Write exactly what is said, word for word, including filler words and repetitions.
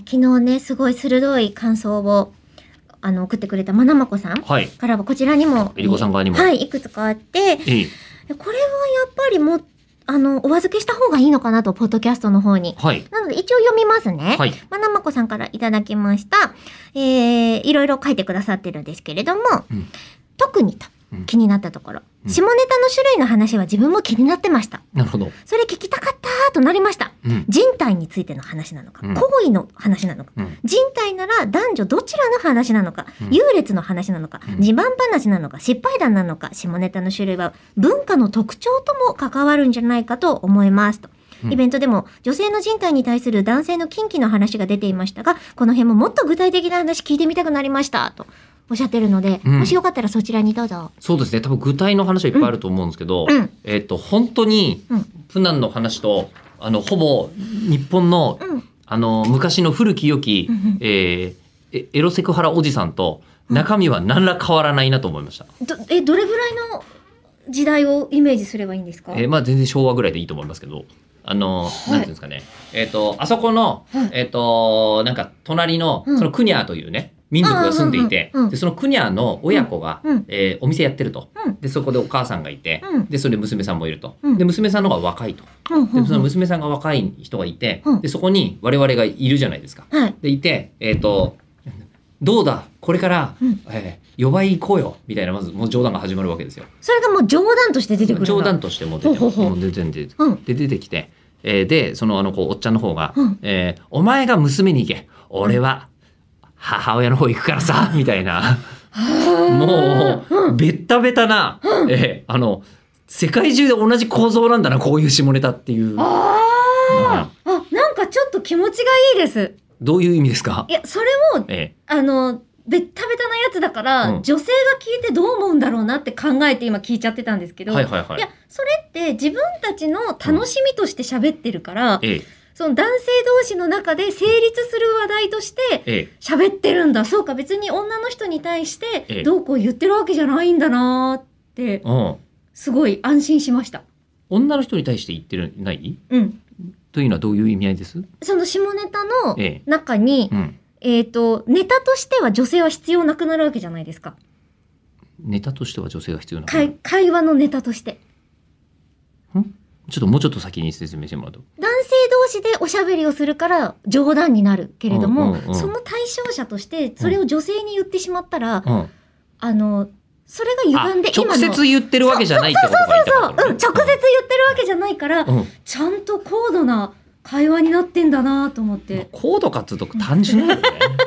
昨日ねすごい鋭い感想をあの送ってくれたまなまこさんからはこちらにも、 えりこさん側にも、 はい、いくつかあって、 ええ、 これはやっぱりもあのお預けした方がいいのかなと、ポッドキャストの方に、 はい、 なので一応読みますね。 はい、 まなまこさんからいただきました、えー、いろいろ書いてくださってるんですけれども、うん、特にと気になったところ、うん、下ネタの種類の話は自分も気になってました。 なるほど。 それ聞きたかったとなりました、うん、人体についての話なのか、うん、行為の話なのか、うん、人体なら男女どちらの話なのか、うん、優劣の話なのか、うん、自慢話なのか、失敗談なのか、下ネタの種類は文化の特徴とも関わるんじゃないかと思いますと。イベントでも女性の人体に対する男性の禁忌の話が出ていましたが、この辺ももっと具体的な話聞いてみたくなりましたとおっしゃってるので、うん、もしよかったらそちらにどうぞ。 そうですね、多分具体の話はいっぱいあると思うんですけど、うん、えっと本当にプナンの話とあのほぼ日本の、うん、あの昔の古き良き、うん、えー、エロセクハラおじさんと中身は何ら変わらないなと思いました。 どえどれぐらいの時代をイメージすればいいんですか？ えー、まあ全然昭和ぐらいでいいと思いますけど。あの、はい、なんていうんですかね。えっ、ー、と、あそこの、はい、えっ、ー、と、なんか、隣の、そのクニャーというね、民族が住んでいて、うん、でそのクニャーの親子が、うん、えー、お店やってると、うん。で、そこでお母さんがいて、うん、で、それで娘さんもいると。うん、で、娘さんの方が若いと。うん、で、その娘さんが若い人がいて、うん、で、そこに我々がいるじゃないですか。はい、で、いて、えっ、ー、と、どうだこれから、うん、えー、予売行こうよみたいな、まずもう冗談が始まるわけですよ。 それがもう冗談として出てくる。 冗談としても出てほうほうほう出て出て、うん、で出てきて、えー、でそのあのこうおっちゃんの方が、うん、えー、お前が娘に行け、俺は母親の方行くからさ、みたいな、もう、うん、ベッタベタな、うん、えー、あの世界中で同じ構造なんだな、こういう下ネタっていう。あ、 うん、あ、なんかちょっと気持ちがいいです。 どういう意味ですか？ いや、それを、ええ、あのベッタベタなやつだから、うん、女性が聞いてどう思うんだろうなって考えて今聞いちゃってたんですけど、はいはいはい、いや、それって自分たちの楽しみとして喋ってるから、うん、ええ、その男性同士の中で成立する話題として喋ってるんだ、ええ、そうか、別に女の人に対してどうこう言ってるわけじゃないんだなって、ええ、すごい安心しました。 女の人に対して言ってるない？うん。というのはどういう意味合いです？ その下ネタの中に、ええ、うん、えっと、ネタとしては女性は必要なくなるわけじゃないですか。 ネタとしては女性が必要なくなる。 会話のネタとして。 ん？ちょっともうちょっと先に説明してもらうと。 男性同士でおしゃべりをするから冗談になるけれども、うんうんうん、その対象者としてそれを女性に言ってしまったら、うん、あの、それが歪んで今の。 直接言ってるわけじゃないってことが言いたかった。 うん、直接言ってるわけじゃないから、うん、ちゃんと高度な会話になってんだなと思って。 高度かっつうと単純だよね。